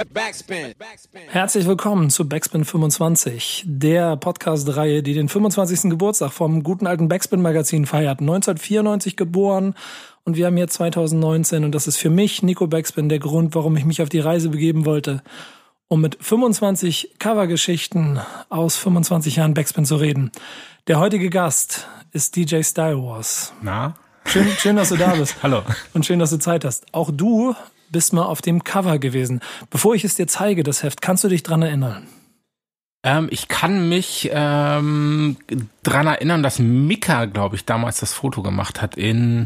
Backspin. Herzlich willkommen zu Backspin 25, der Podcast-Reihe, die den 25. Geburtstag vom guten alten Backspin-Magazin feiert. 1994 geboren und wir haben jetzt 2019 und das ist für mich, Nico Backspin, der Grund, warum ich mich auf die Reise begeben wollte, um mit 25 Covergeschichten aus 25 Jahren Backspin zu reden. Der heutige Gast ist DJ Style Wars. Na? Schön, dass du da bist. Hallo. Und schön, dass du Zeit hast. Auch du bist mal auf dem Cover gewesen. Bevor ich es dir zeige, das Heft, kannst du dich dran erinnern? Ich kann mich dran erinnern, dass Mika, glaube ich, damals das Foto gemacht hat in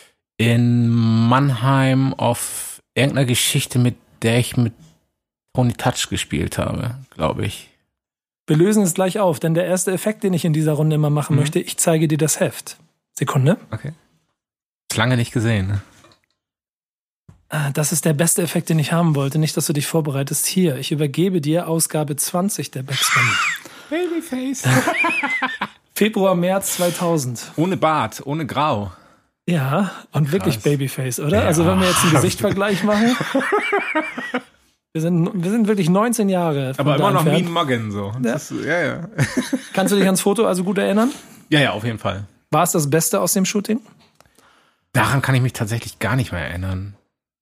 Mannheim auf irgendeiner Geschichte, mit der ich mit Tony Touch gespielt habe, glaube ich. Wir lösen es gleich auf, denn der erste Effekt, den ich in dieser Runde immer machen möchte, ich zeige dir das Heft. Sekunde. Okay. Ist lange nicht gesehen, ne? Das ist der beste Effekt, den ich haben wollte. Nicht, dass du dich vorbereitest. Hier, ich übergebe dir Ausgabe 20 der Backspin. Babyface. Februar, März 2000. Ohne Bart, ohne Grau. Ja, und wirklich Krass. Babyface, oder? Ja. Also wenn wir jetzt einen Gesichtvergleich machen. Wir sind wirklich 19 Jahre. Aber immer noch entfernt. Mean Muggin, so. Ja. Ja. Kannst du dich ans Foto also gut erinnern? Ja, auf jeden Fall. War es das Beste aus dem Shooting? Daran kann ich mich tatsächlich gar nicht mehr erinnern.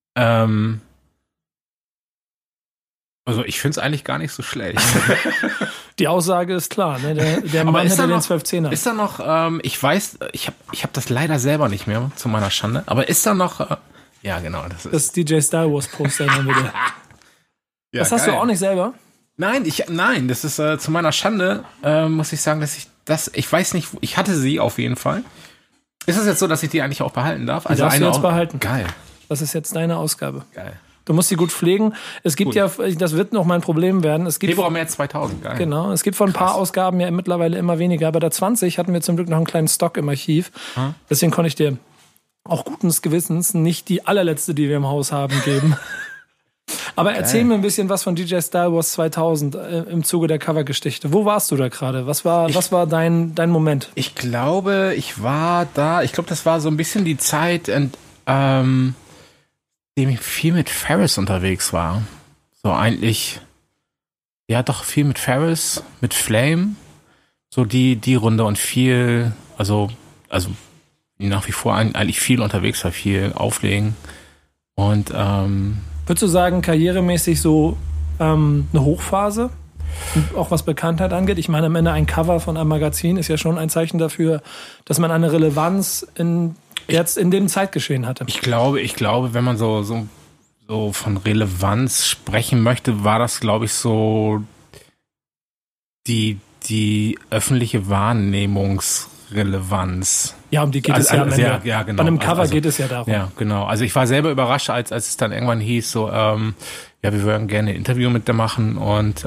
Also ich finde es eigentlich gar nicht so schlecht. Die Aussage ist klar, ne? Der Aber Mann ist hätte da den noch- 12-10er. Ist da noch, ich weiß, ich hab das leider selber nicht mehr, zu meiner Schande, aber ist da noch, ja genau, das ist. Das DJ Star Wars Poster dann wieder. Ja, Das hast geil. du auch nicht selber? Nein, das ist zu meiner Schande, muss ich sagen, ich weiß nicht, ich hatte sie auf jeden Fall. Ist es jetzt so, dass ich die eigentlich auch behalten darf? Die darfst du jetzt auch behalten. Geil. Das ist jetzt deine Ausgabe. Geil. Du musst sie gut pflegen. Es gibt Gut. ja, das wird noch mein Problem werden. Es gibt Februar, März 2000, geil. Genau, es gibt von ein paar Ausgaben ja mittlerweile immer weniger. Bei der 20 hatten wir zum Glück noch einen kleinen Stock im Archiv. Deswegen konnte ich dir auch guten Gewissens nicht die allerletzte, die wir im Haus haben, geben. Aber erzähl mir ein bisschen was von DJ Style Wars 2000 im Zuge der Covergeschichte. Wo warst du da gerade? Was war dein Moment? Ich glaube, ich war da, das war so ein bisschen die Zeit, in dem ich viel mit Ferris unterwegs war. So eigentlich, ja doch viel mit Ferris, mit Flame, so die Runde und viel, also nach wie vor eigentlich viel unterwegs war, viel auflegen und Würdest du sagen, karrieremäßig so eine Hochphase? Und auch was Bekanntheit angeht. Ich meine, am Ende ein Cover von einem Magazin ist ja schon ein Zeichen dafür, dass man eine Relevanz jetzt in dem Zeitgeschehen hatte. Ich glaube, wenn man so von Relevanz sprechen möchte, war das, glaube ich, so die öffentliche Wahrnehmungsrelevanz. Ja, um die geht es ja am Ende. Ja, genau. Bei einem Cover geht es ja darum. Ja, genau. Also ich war selber überrascht, als es dann irgendwann hieß, so, ja, wir würden gerne ein Interview mit dir machen und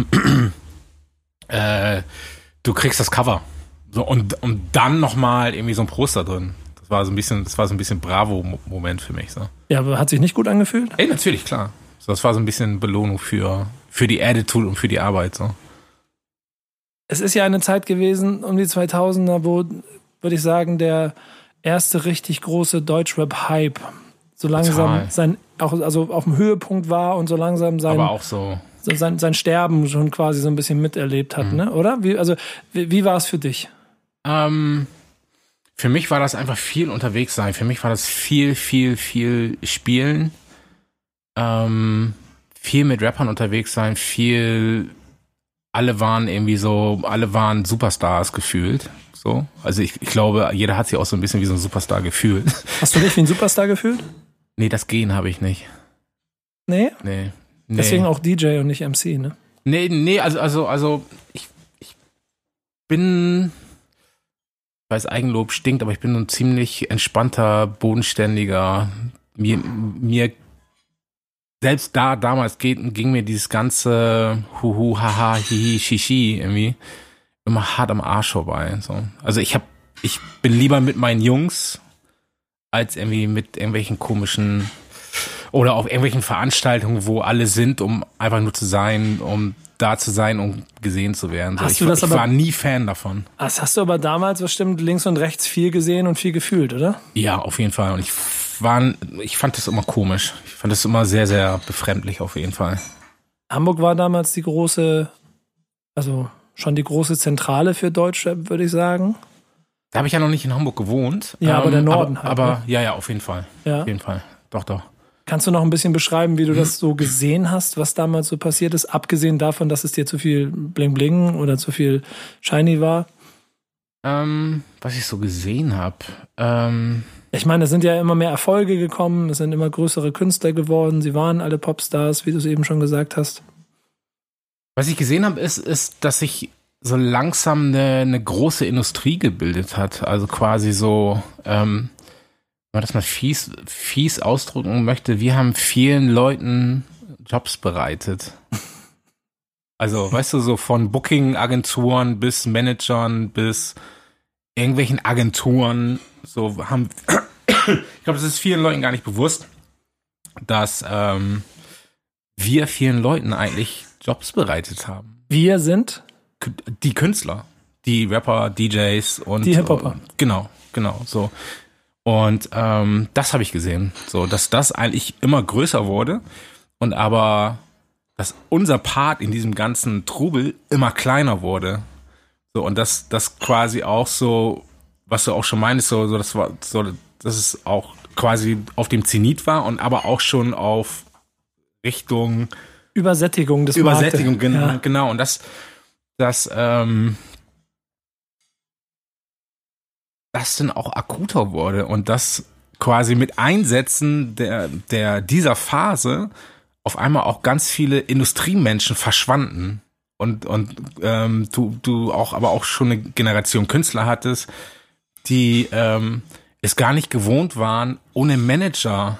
du kriegst das Cover. So, und dann nochmal irgendwie so ein Poster drin. Das war so ein bisschen Bravo-Moment für mich. So. Ja, aber hat sich nicht gut angefühlt? Ey, natürlich, klar. So, das war so ein bisschen Belohnung für die Attitude und für die Arbeit. So. Es ist ja eine Zeit gewesen, um die 2000er, wo, würde ich sagen, der erste richtig große Deutschrap-Hype so langsam also auf dem Höhepunkt war und so langsam Aber auch so. sein Sterben schon quasi so ein bisschen miterlebt hat, ne? Oder? Wie war es für dich? Für mich war das einfach viel unterwegs sein. Für mich war das viel spielen. Viel mit Rappern unterwegs sein. Alle waren Superstars gefühlt. So. Also ich glaube, jeder hat sich auch so ein bisschen wie so ein Superstar gefühlt. Hast du dich wie ein Superstar gefühlt? Nee, das Gen habe ich nicht. Nee? Nee. Deswegen auch DJ und nicht MC, ne? Nee, also ich bin, ich weiß, Eigenlob stinkt, aber ich bin so ein ziemlich entspannter, bodenständiger, mir selbst damals ging mir dieses ganze Huhu, Haha, Hihi, Shishi irgendwie immer hart am Arsch vorbei. So. Also ich bin lieber mit meinen Jungs als irgendwie mit irgendwelchen komischen oder auf irgendwelchen Veranstaltungen, wo alle sind, um einfach nur zu sein, um da zu sein, um gesehen zu werden. So, ich war nie Fan davon. Das hast du aber damals bestimmt links und rechts viel gesehen und viel gefühlt, oder? Ja, auf jeden Fall. Und ich fand das immer komisch. Ich fand das immer sehr, sehr befremdlich auf jeden Fall. Hamburg war damals die große, also schon die große Zentrale für Deutschrap, würde ich sagen. Da habe ich ja noch nicht in Hamburg gewohnt. Ja, aber der Norden halt. Aber ne? ja, auf jeden Fall. Ja. Auf jeden Fall. Doch. Kannst du noch ein bisschen beschreiben, wie du das so gesehen hast, was damals so passiert ist, abgesehen davon, dass es dir zu viel Bling-Bling oder zu viel Shiny war? Was ich so gesehen habe. Ich meine, es sind ja immer mehr Erfolge gekommen, es sind immer größere Künstler geworden, sie waren alle Popstars, wie du es eben schon gesagt hast. Was ich gesehen habe, ist, dass sich so langsam eine große Industrie gebildet hat. Also quasi so, wenn man das mal fies ausdrücken möchte, wir haben vielen Leuten Jobs bereitet. Also, weißt du, so von Booking-Agenturen bis Managern bis irgendwelchen Agenturen, so haben, ich glaube, das ist vielen Leuten gar nicht bewusst, dass wir vielen Leuten eigentlich Jobs bereitet haben. Wir sind? Die Künstler, die Rapper, DJs und die Hip-Hopper. Genau, so. Und das habe ich gesehen, so, dass das eigentlich immer größer wurde und aber dass unser Part in diesem ganzen Trubel immer kleiner wurde. So, und das quasi auch so, was du auch schon meinst, so das war so, dass es auch quasi auf dem Zenit war und aber auch schon auf Richtung Übersättigung des Übersättigung, Marktes. Genau. Und das dann auch akuter wurde und das quasi mit Einsätzen dieser Phase auf einmal auch ganz viele Industriemenschen verschwanden und du auch aber auch schon eine Generation Künstler hattest, die es gar nicht gewohnt waren, ohne Manager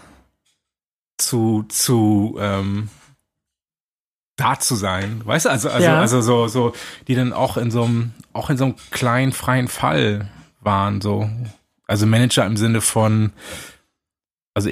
da zu sein, weißt du, also so, die dann auch in so einem kleinen freien Fall waren, so, also Manager im Sinne von, also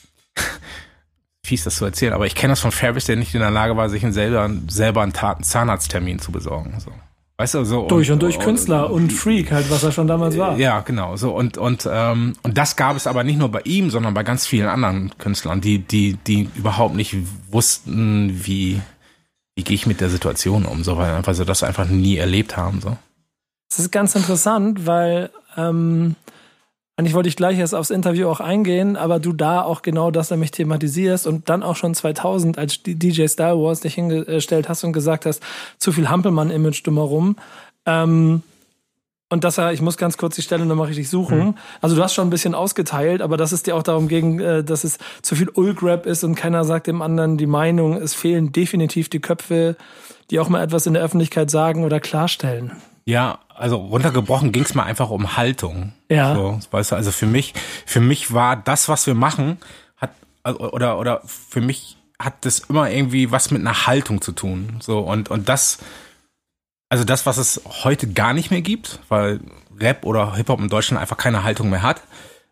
fies das zu erzählen, aber ich kenne das von Ferris, der nicht in der Lage war, sich selber einen Zahnarzttermin zu besorgen, so. Weißt du, so. Durch und durch Künstler und Freak halt, was er schon damals war. Ja, genau, so. Und das gab es aber nicht nur bei ihm, sondern bei ganz vielen anderen Künstlern, die überhaupt nicht wussten, wie gehe ich mit der Situation um, so, weil sie das einfach nie erlebt haben, so. Das ist ganz interessant, weil eigentlich wollte ich gleich erst aufs Interview auch eingehen, aber du da auch genau das nämlich thematisierst und dann auch schon 2000, als DJ Style Wars dich hingestellt hast und gesagt hast, zu viel Hampelmann-Image drumherum. Und ich muss ganz kurz die Stelle nochmal richtig suchen. Also du hast schon ein bisschen ausgeteilt, aber dass es dir auch darum ging, dass es zu viel Ulk-Rap ist und keiner sagt dem anderen die Meinung. Es fehlen definitiv die Köpfe, die auch mal etwas in der Öffentlichkeit sagen oder klarstellen. Ja, also runtergebrochen ging es mal einfach um Haltung. Ja. So, weißt du, also für mich war das, was wir machen, oder für mich hat das immer irgendwie was mit einer Haltung zu tun. So, und das, also das, was es heute gar nicht mehr gibt, weil Rap oder Hip-Hop in Deutschland einfach keine Haltung mehr hat,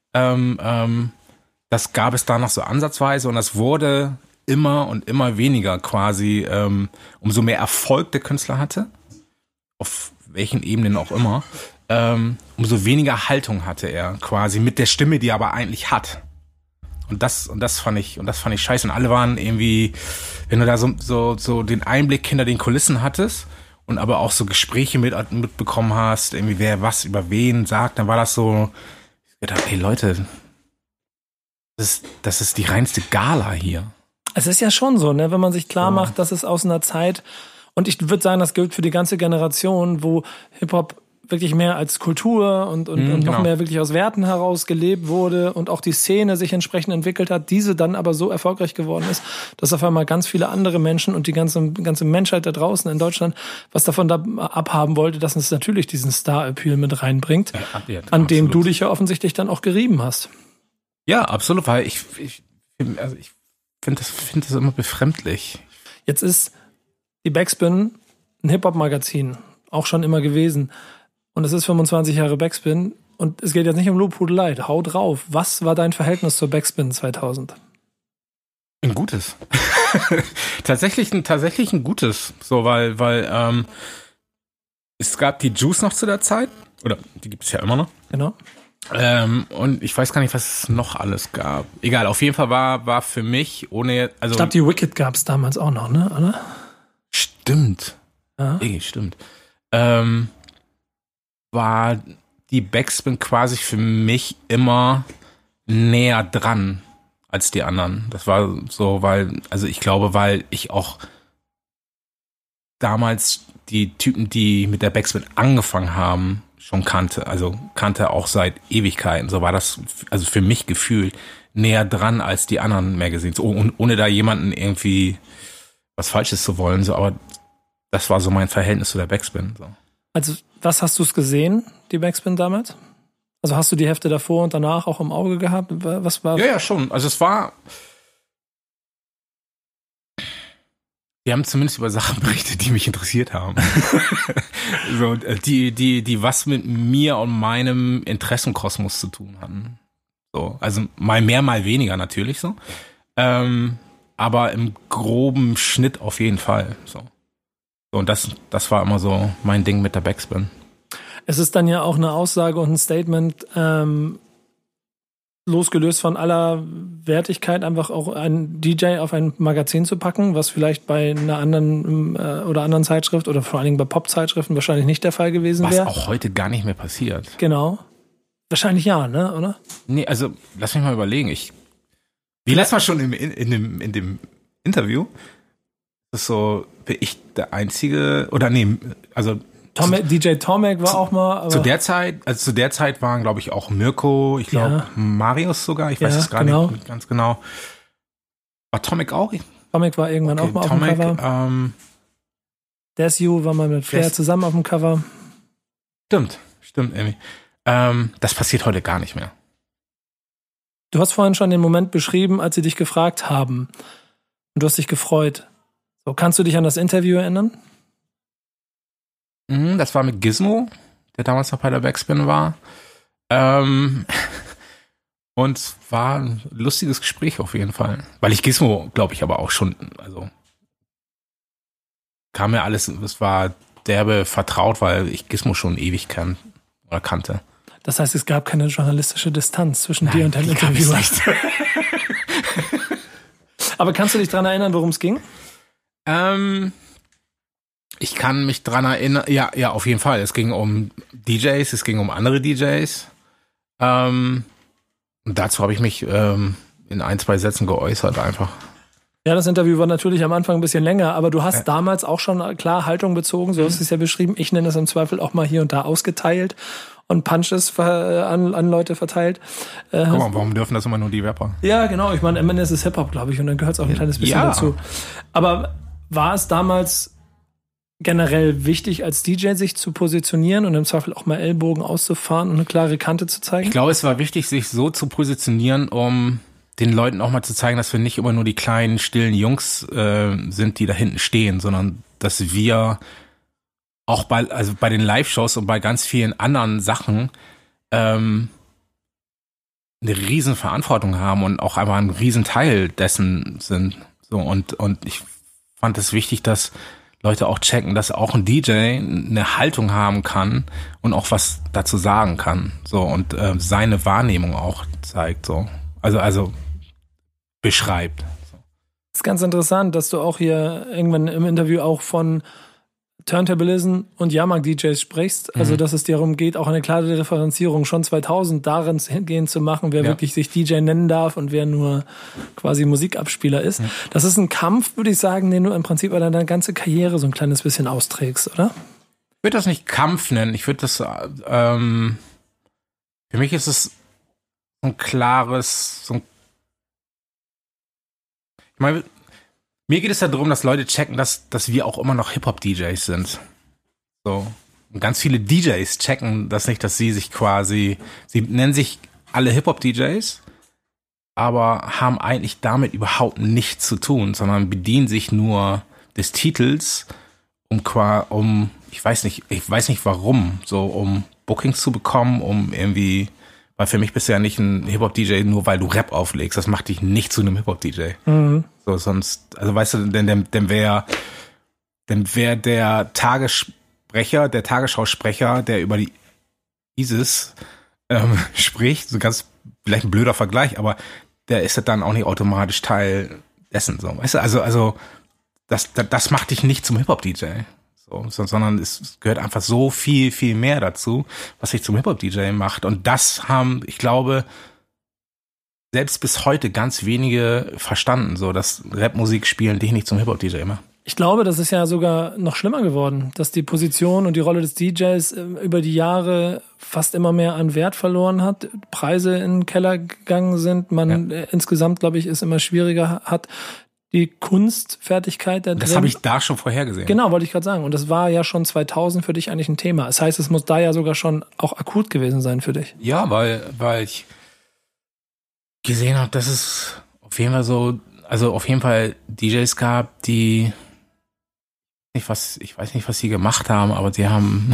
das gab es da noch so ansatzweise und das wurde immer und immer weniger quasi, umso mehr Erfolg der Künstler hatte, auf welchen Ebenen auch immer, umso weniger Haltung hatte er quasi mit der Stimme, die er aber eigentlich hat. Und das fand ich scheiße. Und alle waren irgendwie, wenn du da so den Einblick hinter den Kulissen hattest und aber auch so Gespräche mitbekommen hast, irgendwie wer was über wen sagt, dann war das so, ich dachte, hey Leute, das ist die reinste Gala hier. Es ist ja schon so, ne, wenn man sich klar macht, dass es aus einer Zeit, und ich würde sagen, das gilt für die ganze Generation, wo Hip-Hop wirklich mehr als Kultur und noch mehr wirklich aus Werten heraus gelebt wurde und auch die Szene sich entsprechend entwickelt hat, diese dann aber so erfolgreich geworden ist, dass auf einmal ganz viele andere Menschen und die ganze Menschheit da draußen in Deutschland was davon da abhaben wollte, dass es natürlich diesen Star-Appeal mit reinbringt, an dem du dich ja offensichtlich dann auch gerieben hast. Ja, absolut, weil ich finde das immer befremdlich. Jetzt ist die Backspin ein Hip-Hop-Magazin, auch schon immer gewesen. Und es ist 25 Jahre Backspin. Und es geht jetzt nicht um Lobhudelei. Hau drauf. Was war dein Verhältnis zur Backspin 2000? Ein gutes. tatsächlich ein gutes. So, weil es gab die Juice noch zu der Zeit. Oder die gibt es ja immer noch. Genau. Und ich weiß gar nicht, was es noch alles gab. Egal, auf jeden Fall war für mich ohne, also. Ich glaube, die Wicked gab es damals auch noch, ne? Oder? Stimmt. Ja. Stimmt. War die Backspin quasi für mich immer näher dran als die anderen. Das war so, weil ich auch damals die Typen, die mit der Backspin angefangen haben, schon kannte. Also kannte auch seit Ewigkeiten. So war das also für mich gefühlt näher dran als die anderen Magazines. Und ohne da jemanden irgendwie was Falsches zu wollen. So, aber das war so mein Verhältnis zu der Backspin. So. Also, was hast du es gesehen, die Backspin damals? Also hast du die Hefte davor und danach auch im Auge gehabt? Was war? Ja, schon. Also es war. Wir haben zumindest über Sachen berichtet, die mich interessiert haben. So, die was mit mir und meinem Interessenkosmos zu tun hatten. So, also mal mehr, mal weniger natürlich so. Aber im groben Schnitt auf jeden Fall. So und das war immer so mein Ding mit der Backspin. Es ist dann ja auch eine Aussage und ein Statement, losgelöst von aller Wertigkeit, einfach auch einen DJ auf ein Magazin zu packen, was vielleicht bei einer anderen Zeitschrift oder vor allen Dingen bei Pop-Zeitschriften wahrscheinlich nicht der Fall gewesen wäre. Was auch heute gar nicht mehr passiert. Genau. Wahrscheinlich ja, ne, oder? Nee, also lass mich mal überlegen. Wie letztes Mal schon in dem Interview, das ist so, bin ich der Einzige, oder nee, also DJ Tomek war auch mal. Aber zu der Zeit waren, glaube ich, auch Mirko, ich glaube Marius sogar, ich weiß es gar nicht ganz genau. War Tomek auch? Tomek war irgendwann auch mal auf dem Cover. Desu war mal mit Flair zusammen auf dem Cover. Stimmt, irgendwie. Das passiert heute gar nicht mehr. Du hast vorhin schon den Moment beschrieben, als sie dich gefragt haben. Und du hast dich gefreut. So, kannst du dich an das Interview erinnern? Das war mit Gizmo, der damals noch bei der Backspin war. Und war ein lustiges Gespräch auf jeden Fall. Weil ich Gizmo, glaube ich, aber auch schon, also kam mir alles, es war derbe vertraut, weil ich Gizmo schon ewig kannte. Das heißt, es gab keine journalistische Distanz zwischen dir und deinem Interviewer. Aber kannst du dich daran erinnern, worum es ging? Ich kann mich dran erinnern, ja, auf jeden Fall. Es ging um DJs, es ging um andere DJs. Und dazu habe ich mich in 1-2 Sätzen geäußert einfach. Ja, das Interview war natürlich am Anfang ein bisschen länger, aber du hast damals auch schon klar Haltung bezogen, so hast du es ja beschrieben. Ich nenne es im Zweifel auch mal hier und da ausgeteilt und Punches an Leute verteilt. Guck mal, warum dürfen das immer nur die Rapper? Ja, genau. Ich meine, am Ende ist es Hip-Hop, glaube ich, und dann gehört es auch ein kleines bisschen dazu. Aber war es damals generell wichtig, als DJ sich zu positionieren und im Zweifel auch mal Ellbogen auszufahren und eine klare Kante zu zeigen? Ich glaube, es war wichtig, sich so zu positionieren, um den Leuten auch mal zu zeigen, dass wir nicht immer nur die kleinen, stillen Jungs sind, die da hinten stehen, sondern dass wir auch bei den Live-Shows und bei ganz vielen anderen Sachen eine riesen Verantwortung haben und auch einfach ein riesen Teil dessen sind. So, und ich fand es wichtig, dass Leute auch checken, dass auch ein DJ eine Haltung haben kann und auch was dazu sagen kann. So, und seine Wahrnehmung auch zeigt. So. Also beschreibt. So. Das ist ganz interessant, dass du auch hier irgendwann im Interview auch von Turntablism und Jahrmarkt-DJs sprichst. Also, dass es darum geht, auch eine klare Differenzierung schon 2000 darin hingehend zu machen, wer wirklich sich DJ nennen darf und wer nur quasi Musikabspieler ist. Ja. Das ist ein Kampf, würde ich sagen, den du im Prinzip bei deiner ganze Karriere so ein kleines bisschen austrägst, oder? Ich würde das nicht Kampf nennen. Ich würde das, für mich ist es ein klares, ich meine, mir geht es ja darum, dass Leute checken, dass wir auch immer noch Hip-Hop-DJs sind. So. Und ganz viele DJs checken das nicht, dass sie nennen sich alle Hip-Hop-DJs, aber haben eigentlich damit überhaupt nichts zu tun, sondern bedienen sich nur des Titels, um ich weiß nicht warum, so um Bookings zu bekommen, um irgendwie, weil für mich bist du ja nicht ein Hip-Hop-DJ, nur weil du Rap auflegst. Das macht dich nicht zu einem Hip-Hop-DJ. Mhm. So, sonst, also weißt du, dann wäre der Tagessprecher, der Tagesschausprecher, der über die ISIS spricht, so ganz, vielleicht ein blöder Vergleich, aber der ist ja dann auch nicht automatisch Teil dessen, so, weißt du, also das macht dich nicht zum Hip-Hop-DJ, sondern es gehört einfach so viel, viel mehr dazu, was dich zum Hip-Hop-DJ macht, und das haben, ich glaube, selbst bis heute ganz wenige verstanden, so, dass Rapmusik spielen dich nicht zum Hip-Hop-DJ macht. Ich glaube, das ist ja sogar noch schlimmer geworden, dass die Position und die Rolle des DJs über die Jahre fast immer mehr an Wert verloren hat, Preise in den Keller gegangen sind, man insgesamt, glaube ich, es immer schwieriger hat, die Kunstfertigkeit da drin. Das habe ich da schon vorhergesehen. Genau, wollte ich gerade sagen. Und das war ja schon 2000 für dich eigentlich ein Thema. Das heißt, es muss da ja sogar schon auch akut gewesen sein für dich. Ja, weil ich gesehen habe, dass es auf jeden Fall so, also auf jeden Fall DJs gab, die ich weiß nicht, was sie gemacht haben, aber die haben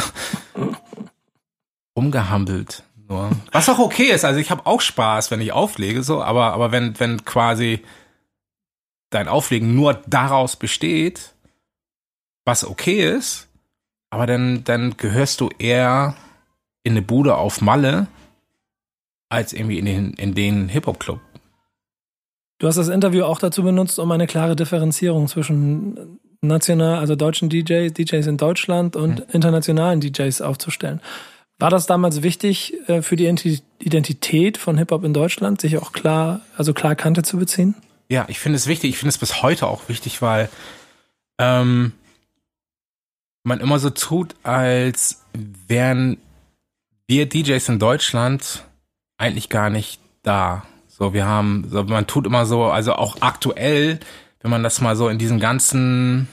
rumgehampelt. Nur. Was auch okay ist, also ich habe auch Spaß, wenn ich auflege, so, aber wenn quasi dein Auflegen nur daraus besteht, was okay ist, aber dann gehörst du eher in eine Bude auf Malle, als irgendwie in den Hip-Hop-Club. Du hast das Interview auch dazu benutzt, um eine klare Differenzierung zwischen national, also deutschen DJs in Deutschland und internationalen DJs aufzustellen. War das damals wichtig für die Identität von Hip-Hop in Deutschland, sich auch klar Kante zu beziehen? Ja, ich finde es wichtig. Ich finde es bis heute auch wichtig, weil man immer so tut, als wären wir DJs in Deutschland eigentlich gar nicht da. So, man tut immer so, also auch aktuell, wenn man das mal so in diesen ganzen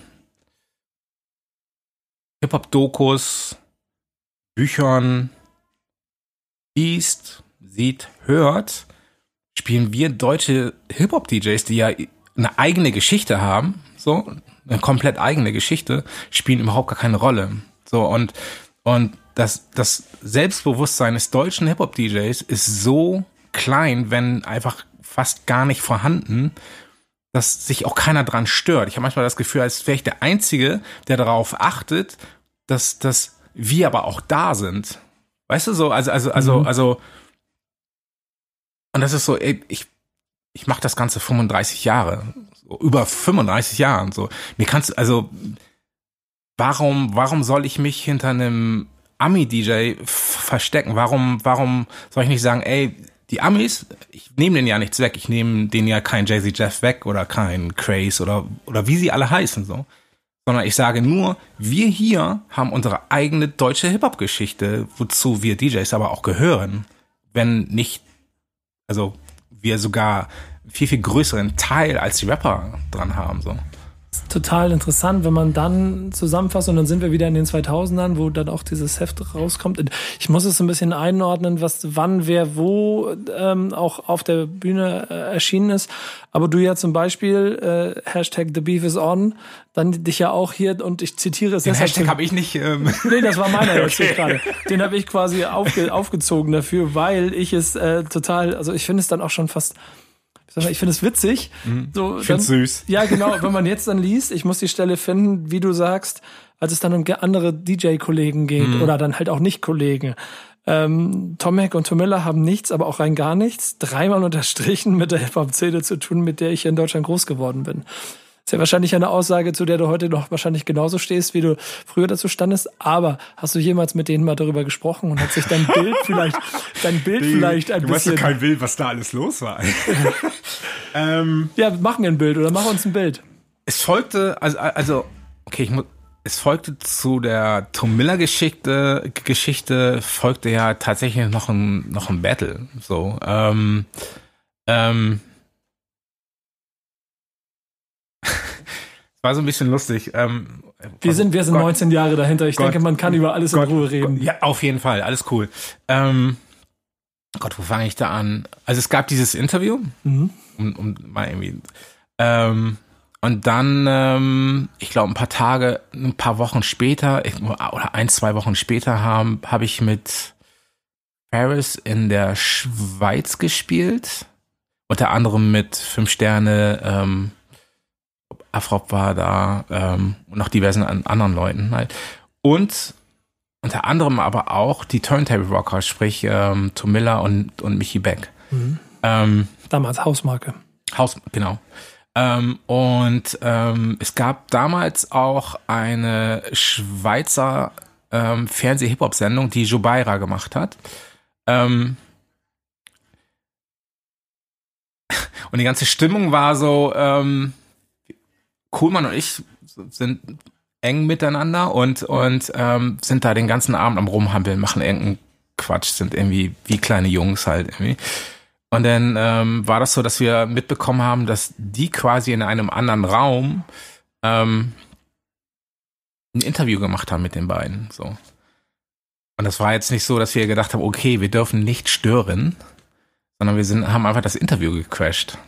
Hip-Hop-Dokus, Büchern liest, sieht, hört, spielen wir deutsche Hip-Hop-DJs, die ja eine eigene Geschichte haben, so, eine komplett eigene Geschichte, spielen überhaupt gar keine Rolle. So, und das Selbstbewusstsein des deutschen Hip-Hop-DJs ist so klein, wenn einfach fast gar nicht vorhanden, dass sich auch keiner dran stört. Ich habe manchmal das Gefühl, als wäre ich der Einzige, der darauf achtet, dass wir aber auch da sind. Weißt du so? Also und das ist so, ich mache das Ganze 35 Jahre. So, über 35 Jahren. So. Warum soll ich mich hinter einem Ami-DJ verstecken? Warum soll ich nicht sagen, ey, die Amis, ich nehme denen ja nichts weg, ich nehme denen ja kein Jay-Z Jeff weg oder kein Craze oder wie sie alle heißen, so. Sondern ich sage nur, wir hier haben unsere eigene deutsche Hip-Hop-Geschichte, wozu wir DJs aber auch gehören. Wenn nicht, also wir sogar viel, viel größeren Teil als die Rapper dran haben, so. Total interessant, wenn man dann zusammenfasst, und dann sind wir wieder in den 2000ern, wo dann auch dieses Heft rauskommt. Ich muss es ein bisschen einordnen, was wann, wer, wo auch auf der Bühne erschienen ist. Aber du ja zum Beispiel Hashtag The Beef is on, dann dich ja auch hier, und ich zitiere es. Den Hashtag habe ich nicht... Nee, das war meiner jetzt okay. gerade. Den habe ich quasi aufgezogen dafür, weil ich es total, also ich finde es dann auch schon fast... Ich finde es witzig. So, ich finde es süß. Ja, genau. Wenn man jetzt dann liest, ich muss die Stelle finden, wie du sagst, als es dann um andere DJ-Kollegen geht oder dann halt auch Nicht-Kollegen. Tomek und Tomilla haben nichts, aber auch rein gar nichts, dreimal unterstrichen mit der Hip-Hop-Szene zu tun, mit der ich hier in Deutschland groß geworden bin. Ist ja wahrscheinlich eine Aussage, zu der du heute noch wahrscheinlich genauso stehst, wie du früher dazu standest. Aber hast du jemals mit denen mal darüber gesprochen und hat sich dein Bild vielleicht ein bisschen... Du weißt doch kein Bild, was da alles los war. Ja, mach mir ein Bild oder mach uns ein Bild. Es folgte, es folgte zu der Tomilla-Geschichte folgte ja tatsächlich noch ein Battle. So, war so ein bisschen lustig. Wir sind 19 Jahre dahinter. Ich denke, man kann über alles in Ruhe reden. Ja, auf jeden Fall. Alles cool. Gott, wo fange ich da an? Also es gab dieses Interview, um mal irgendwie. Und dann, ich glaube, ein paar Wochen später, oder 1-2 Wochen später habe ich mit Paris in der Schweiz gespielt. Unter anderem mit 5 Sterne, Afrop war da und noch diversen anderen Leuten halt. Und unter anderem aber auch die Turntable Rocker, sprich Tom Miller und Michi Beck. Damals Hausmarke. Genau. Es gab damals auch eine Schweizer Fernseh-Hip-Hop-Sendung, die Jubaira gemacht hat. Und die ganze Stimmung war so, Kuhlmann und ich sind eng miteinander und sind da den ganzen Abend am Rumhampeln, machen irgendeinen Quatsch, sind irgendwie wie kleine Jungs halt irgendwie. Und dann war das so, dass wir mitbekommen haben, dass die quasi in einem anderen Raum ein Interview gemacht haben mit den beiden. So. Und das war jetzt nicht so, dass wir gedacht haben, okay, wir dürfen nicht stören, sondern haben einfach das Interview gecrashed.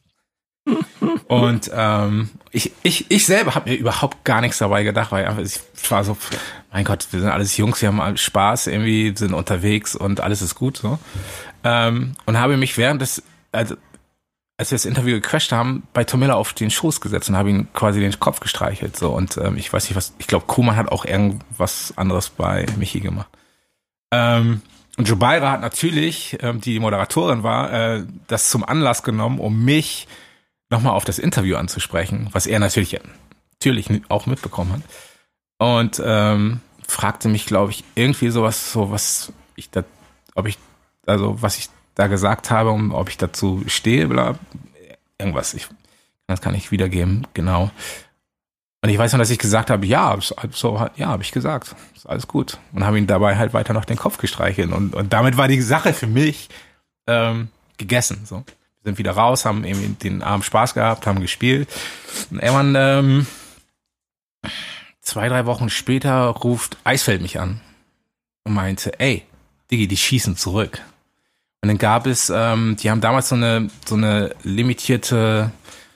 Und ich selber habe mir überhaupt gar nichts dabei gedacht, weil ich war so, mein Gott, wir sind alles Jungs, wir haben Spaß, irgendwie sind unterwegs und alles ist gut so. Und habe mich als wir das Interview gecrashed haben, bei Tom Miller auf den Schoß gesetzt und habe ihn quasi den Kopf gestreichelt. So. Und ich weiß nicht was, ich glaube, Kuhlmann hat auch irgendwas anderes bei Michi gemacht. Und Jubaira hat natürlich, die Moderatorin war, das zum Anlass genommen, um mich nochmal auf das Interview anzusprechen, was er natürlich auch mitbekommen hat. Und fragte mich, glaube ich, irgendwie was ich da gesagt habe und ob ich dazu stehe, bla, irgendwas. Ich kann das gar nicht wiedergeben, genau. Und ich weiß noch, dass ich gesagt habe, habe ich gesagt, ist alles gut. Und habe ihn dabei halt weiter noch den Kopf gestreichelt. Und damit war die Sache für mich gegessen. So. Wir sind wieder raus, haben irgendwie den Abend Spaß gehabt, haben gespielt. Und irgendwann 2-3 Wochen später ruft Eisfeld mich an und meinte, ey, Diggi, die schießen zurück. Und dann gab es, die haben damals so eine limitierte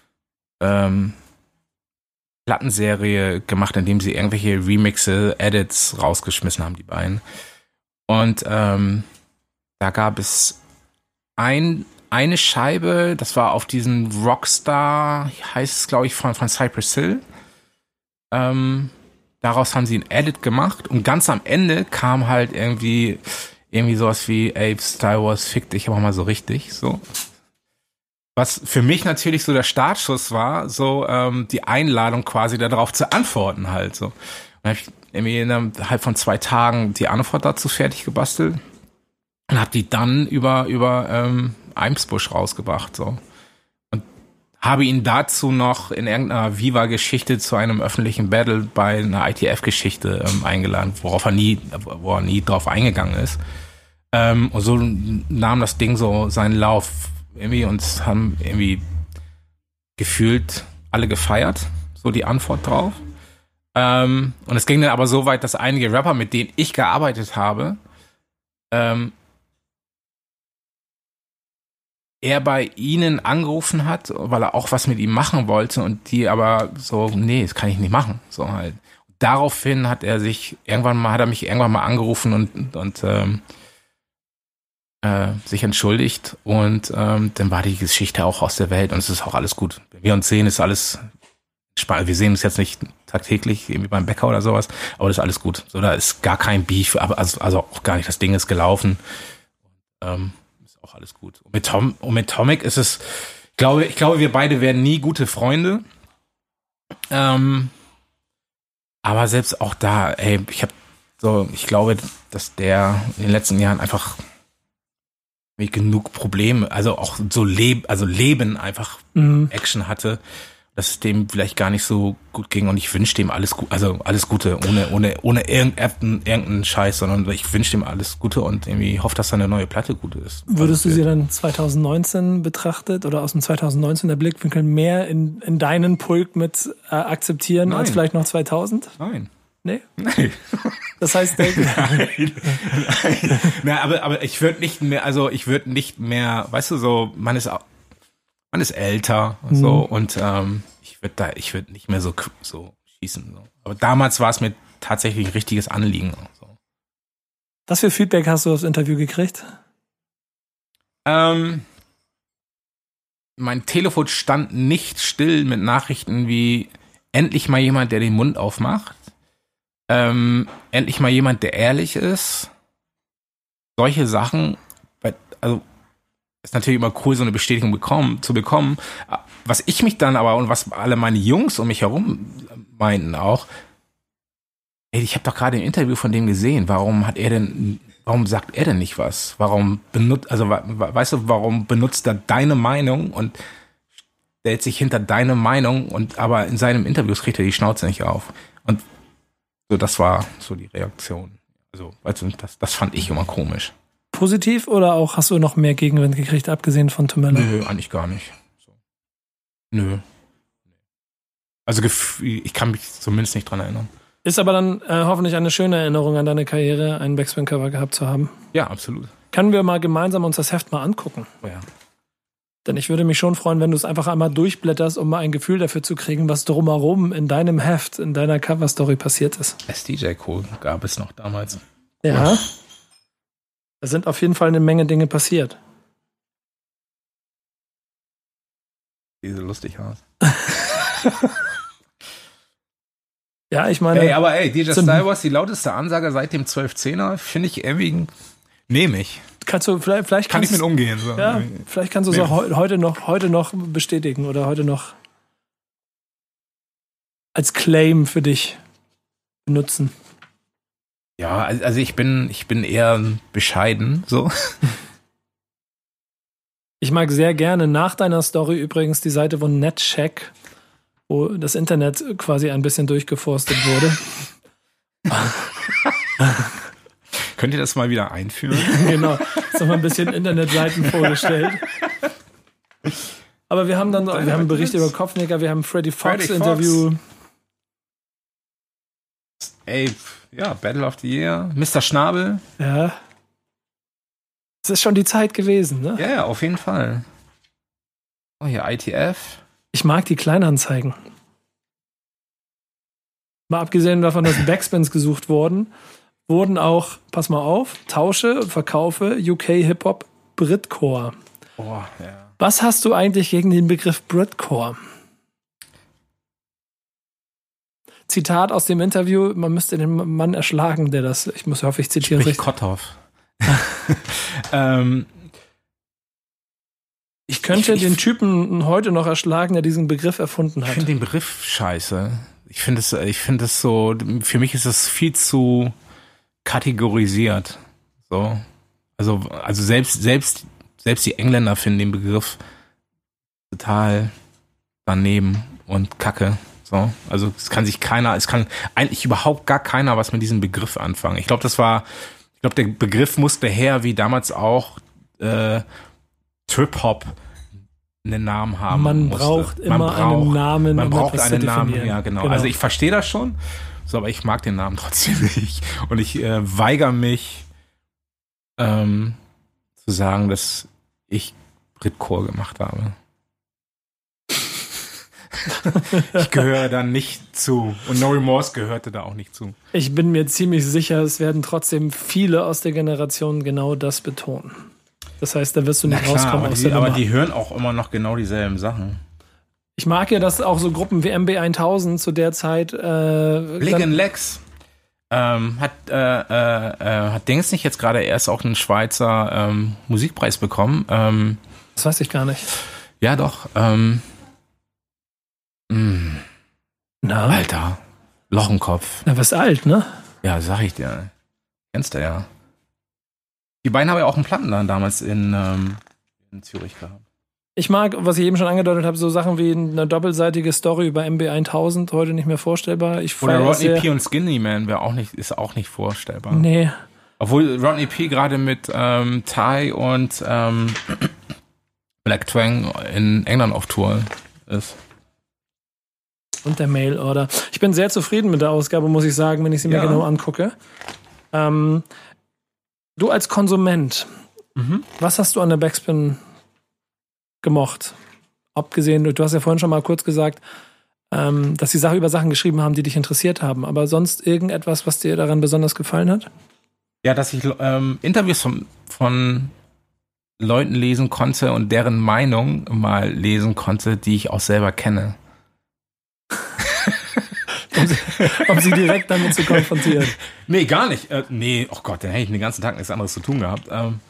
Plattenserie gemacht, indem sie irgendwelche Remixe, Edits rausgeschmissen haben, die beiden. Und da gab es eine Scheibe, das war auf diesen Rockstar, heißt es, glaube ich, von Cypress Hill. Daraus haben sie ein Edit gemacht und ganz am Ende kam halt irgendwie sowas wie, ey, Star Wars, fick dich aber mal so richtig, so. Was für mich natürlich so der Startschuss war, so die Einladung quasi darauf zu antworten halt, so. Und dann habe ich irgendwie innerhalb von 2 Tagen die Antwort dazu fertig gebastelt und habe die dann über Eimsbusch rausgebracht, so. Und habe ihn dazu noch in irgendeiner Viva-Geschichte zu einem öffentlichen Battle bei einer ITF-Geschichte eingeladen, wo er nie drauf eingegangen ist. Und so nahm das Ding so seinen Lauf irgendwie und haben irgendwie gefühlt alle gefeiert, so die Antwort drauf. Und es ging dann aber so weit, dass einige Rapper, mit denen ich gearbeitet habe, er bei ihnen angerufen hat, weil er auch was mit ihm machen wollte und die aber so, nee, das kann ich nicht machen, so halt. Daraufhin hat er mich irgendwann mal angerufen und sich entschuldigt und dann war die Geschichte auch aus der Welt und es ist auch alles gut. Wenn wir uns sehen, ist alles spannend. Wir sehen uns jetzt nicht tagtäglich irgendwie beim Bäcker oder sowas, aber das ist alles gut. So, da ist gar kein Beef, aber also auch gar nicht. Das Ding ist gelaufen. Ist auch alles gut. Und mit Tomic ist es, ich glaube, wir beide werden nie gute Freunde. Aber selbst auch da, ey, ich glaube, dass der in den letzten Jahren einfach genug Probleme, also auch so Leben einfach Action hatte, dass es dem vielleicht gar nicht so gut ging und ich wünsche dem alles gut, also alles Gute, ohne irgendeinen Scheiß, sondern ich wünsche dem alles Gute und irgendwie hoffe, dass seine neue Platte gut ist. Würdest du sie dann 2019 betrachtet oder aus dem 2019 der Blickwinkel mehr in deinen Pulk mit akzeptieren als vielleicht noch 2000? Nein. Nee? Nein. Das heißt, nein. Na, aber ich würde nicht mehr, weißt du, so, man ist älter, so, und ich würde nicht mehr so schießen. So. Aber damals war es mir tatsächlich ein richtiges Anliegen. So. Was für Feedback hast du aufs Interview gekriegt? Mein Telefon stand nicht still mit Nachrichten wie endlich mal jemand, der den Mund aufmacht. endlich mal jemand, der ehrlich ist. Solche Sachen, also ist natürlich immer cool, so eine Bestätigung zu bekommen. Was ich mich dann aber und was alle meine Jungs um mich herum meinten auch, ey, ich habe doch gerade ein Interview von dem gesehen. Warum sagt er denn nicht was? Warum benutzt er deine Meinung und stellt sich hinter deine Meinung aber in seinem Interview kriegt er die Schnauze nicht auf. Und so, das war so die Reaktion. Also, das fand ich immer komisch. Positiv oder auch hast du noch mehr Gegenwind gekriegt, abgesehen von Tomella? Nö, eigentlich gar nicht. So. Nö. Also ich kann mich zumindest nicht dran erinnern. Ist aber dann hoffentlich eine schöne Erinnerung an deine Karriere, ein Backspin-Cover gehabt zu haben. Ja, absolut. Können wir mal gemeinsam uns das Heft mal angucken? Oh ja. Denn ich würde mich schon freuen, wenn du es einfach einmal durchblätterst, um mal ein Gefühl dafür zu kriegen, was drumherum in deinem Heft, in deiner Cover-Story passiert ist. SDJ-Code gab es noch damals. Ja. Da sind auf jeden Fall eine Menge Dinge passiert. Diese lustig aus. Ja, ich meine... DJ Style Wars, die lauteste Ansage seit dem 12-10er, finde ich irgendwie... Nehme ich. Vielleicht kann ich mit umgehen. So. Ja, vielleicht kannst du es auch heute noch bestätigen oder heute noch als Claim für dich benutzen. Ja, also ich bin eher bescheiden, so. Ich mag sehr gerne nach deiner Story übrigens die Seite von NetCheck, wo das Internet quasi ein bisschen durchgeforstet wurde. Könnt ihr das mal wieder einführen? Genau, jetzt haben wir ein bisschen Internetseiten vorgestellt. Aber wir haben einen Bericht über Kopfnicker, wir haben Freddy Fox Interview. Ey, ja, Battle of the Year, Mr. Schnabel. Ja. Es ist schon die Zeit gewesen, ne? Ja, auf jeden Fall. Oh, hier ITF. Ich mag die Kleinanzeigen. Mal abgesehen davon, dass Backspins gesucht wurden auch, pass mal auf, tausche, verkaufe UK Hip-Hop Britcore. Oh, ja. Was hast du eigentlich gegen den Begriff Britcore? Zitat aus dem Interview, man müsste den Mann erschlagen, der das, ich hoffe, ich zitiere richtig. Kotthoff. Ich könnte den Typen heute noch erschlagen, der diesen Begriff erfunden hat. Ich finde den Begriff scheiße. Ich finde es so, für mich ist es viel zu kategorisiert. So. Also selbst die Engländer finden den Begriff total daneben und kacke. So. Also es kann eigentlich überhaupt gar keiner was mit diesem Begriff anfangen. Ich glaube, der Begriff musste her, wie damals auch Trip-Hop einen Namen haben Man musste. braucht immer einen Namen. Man braucht etwas einen zu Namen, definieren. ja genau. Also ich verstehe das schon, so, aber ich mag den Namen trotzdem nicht. Und ich weigere mich zu sagen, dass ich Britcore gemacht habe. Ich gehöre da nicht zu. Und No Remorse gehörte da auch nicht zu. Ich bin mir ziemlich sicher, es werden trotzdem viele aus der Generation genau das betonen. Das heißt, da wirst du nicht rauskommen aus der Nummer. Aber die hören auch immer noch genau dieselben Sachen. Ich mag ja, dass auch so Gruppen wie MB1000 zu der Zeit Blig and Lex hat Dings nicht jetzt gerade erst auch einen Schweizer Musikpreis bekommen. Das weiß ich gar nicht. Ja, doch. Alter, Loch im Kopf. Na, wirst alt, ne? Ja, sag ich dir. Kennst du ja. Die beiden haben ja auch einen Plattenladen damals in Zürich gehabt. Ich mag, was ich eben schon angedeutet habe, so Sachen wie eine doppelseitige Story über MB1000, heute nicht mehr vorstellbar. Oder Rodney P. und Skinny Man ist auch nicht vorstellbar. Nee. Obwohl Rodney P. gerade mit Ty und Black Twang in England auf Tour ist. Und der Mail-Order. Ich bin sehr zufrieden mit der Ausgabe, muss ich sagen, wenn ich sie mir genau angucke. Du als Konsument, was hast du an der Backspin gemocht? Abgesehen, du hast ja vorhin schon mal kurz gesagt, dass sie über Sachen geschrieben haben, die dich interessiert haben. Aber sonst irgendetwas, was dir daran besonders gefallen hat? Ja, dass ich Interviews von Leuten lesen konnte und deren Meinung mal lesen konnte, die ich auch selber kenne. um sie direkt damit zu konfrontieren. Nee, gar nicht. Nee, oh Gott, dann hätte ich den ganzen Tag nichts anderes zu tun gehabt.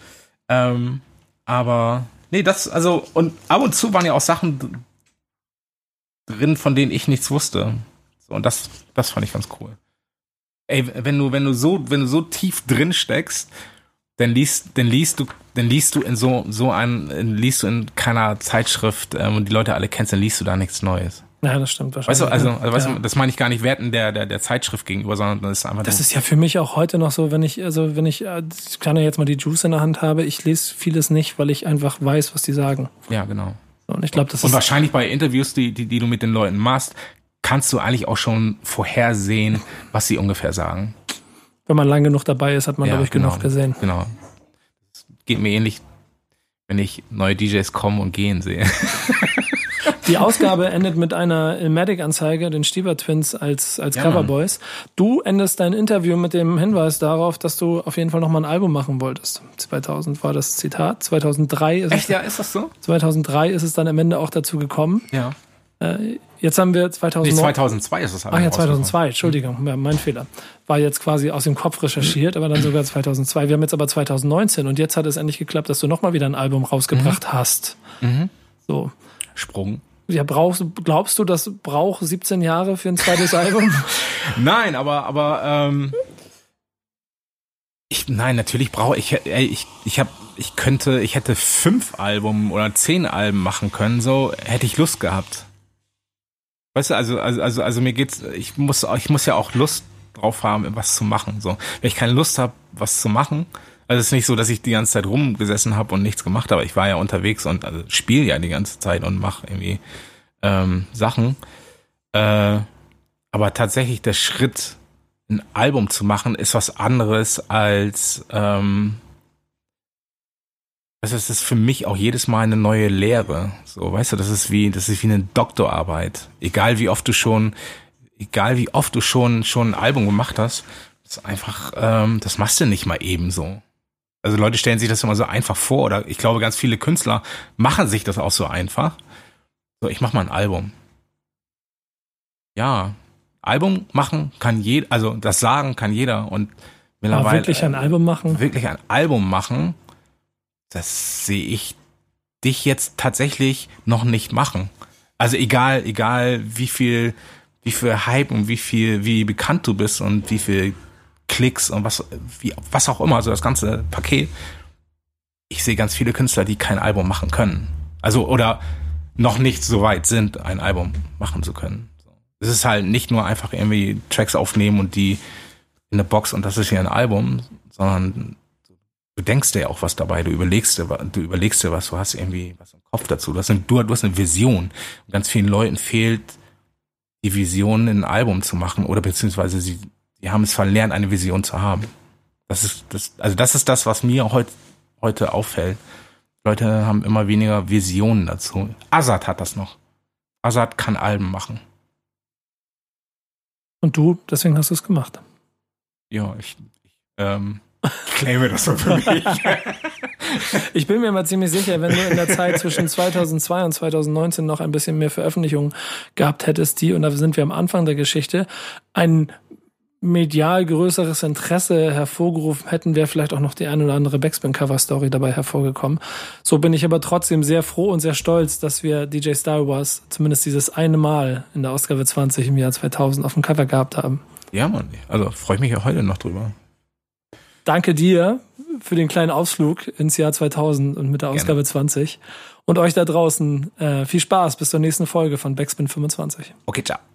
Aber, nee, und ab und zu waren ja auch Sachen drin, von denen ich nichts wusste. So, und das fand ich ganz cool. Ey, wenn du so tief drin steckst, dann liest du in keiner Zeitschrift, und die Leute alle kennst, dann liest du da nichts Neues. Ja, das stimmt wahrscheinlich. Weißt du, das meine ich gar nicht werten der Zeitschrift gegenüber, sondern das ist einfach. Das ist ja für mich auch heute noch so, wenn ich kann ja jetzt mal die Juice in der Hand habe, ich lese vieles nicht, weil ich einfach weiß, was die sagen. Ja, genau. Und ich glaube, und wahrscheinlich bei Interviews, die du mit den Leuten machst, kannst du eigentlich auch schon vorhersehen, was sie ungefähr sagen. Wenn man lang genug dabei ist, hat man, glaube ich, genug gesehen. Genau. Das geht mir ähnlich, wenn ich neue DJs kommen und gehen sehe. Die Ausgabe endet mit einer Ilmatic-Anzeige, den Stieber Twins als Coverboys. Du endest dein Interview mit dem Hinweis darauf, dass du auf jeden Fall nochmal ein Album machen wolltest. 2000 war das Zitat. 2003 ist Echt, ja, ist das so? 2003 ist es dann am Ende auch dazu gekommen. Ja. Jetzt haben wir 2009. Nee, 2002 ist es halt. Ach ja, 2002, Entschuldigung, mein Fehler. War jetzt quasi aus dem Kopf recherchiert, aber dann sogar 2002. Wir haben jetzt aber 2019 und jetzt hat es endlich geklappt, dass du nochmal wieder ein Album rausgebracht hast. So. Sprung. Ja, glaubst du, das braucht 17 Jahre für ein zweites Album? Nein, aber natürlich brauche ich hätte 5 Alben oder 10 Alben machen können, so hätte ich Lust gehabt. Weißt du, also mir geht's, ich muss ja auch Lust drauf haben, was zu machen, so. Wenn ich keine Lust habe, was zu machen, also es ist nicht so, dass ich die ganze Zeit rumgesessen habe und nichts gemacht habe. Ich war ja unterwegs und spiele ja die ganze Zeit und mache irgendwie Sachen. Aber tatsächlich der Schritt, ein Album zu machen, ist was anderes als es ist für mich auch jedes Mal eine neue Lehre. So, weißt du, das ist wie eine Doktorarbeit. Egal wie oft du schon ein Album gemacht hast, das ist einfach, das machst du nicht mal eben so. Also Leute stellen sich das immer so einfach vor, oder ich glaube, ganz viele Künstler machen sich das auch so einfach. So, ich mach mal ein Album. Ja, Album machen kann jeder, also das sagen kann jeder, und mittlerweile. Aber wirklich ein Album machen? Wirklich ein Album machen, das sehe ich dich jetzt tatsächlich noch nicht machen. Also egal wie viel Hype und wie bekannt du bist und wie viel Klicks und was auch immer, also das ganze Paket. Ich sehe ganz viele Künstler, die kein Album machen können. Also, oder noch nicht so weit sind, ein Album machen zu können. Es ist halt nicht nur einfach irgendwie Tracks aufnehmen und die in eine Box und das ist hier ein Album, sondern du denkst dir auch was dabei, du überlegst dir was, du hast irgendwie was im Kopf dazu. Du hast eine Vision. Und ganz vielen Leuten fehlt die Vision, ein Album zu machen, oder beziehungsweise sie haben es verlernt, eine Vision zu haben. Das ist das, was mir heute auffällt. Leute haben immer weniger Visionen dazu. Azad hat das noch. Azad kann Alben machen. Und du, deswegen hast du es gemacht. Ja, ich claime das so für mich. Ich bin mir mal ziemlich sicher, wenn du in der Zeit zwischen 2002 und 2019 noch ein bisschen mehr Veröffentlichungen gehabt hättest, und da sind wir am Anfang der Geschichte, ein medial größeres Interesse hervorgerufen hätten, wäre vielleicht auch noch die eine oder andere Backspin-Cover-Story dabei hervorgekommen. So bin ich aber trotzdem sehr froh und sehr stolz, dass wir DJ Star Wars zumindest dieses eine Mal in der Ausgabe 20 im Jahr 2000 auf dem Cover gehabt haben. Ja, Mann. Also freue ich mich ja heute noch drüber. Danke dir für den kleinen Ausflug ins Jahr 2000 und mit der Ausgabe 20. Und euch da draußen viel Spaß bis zur nächsten Folge von Backspin 25. Okay, ciao.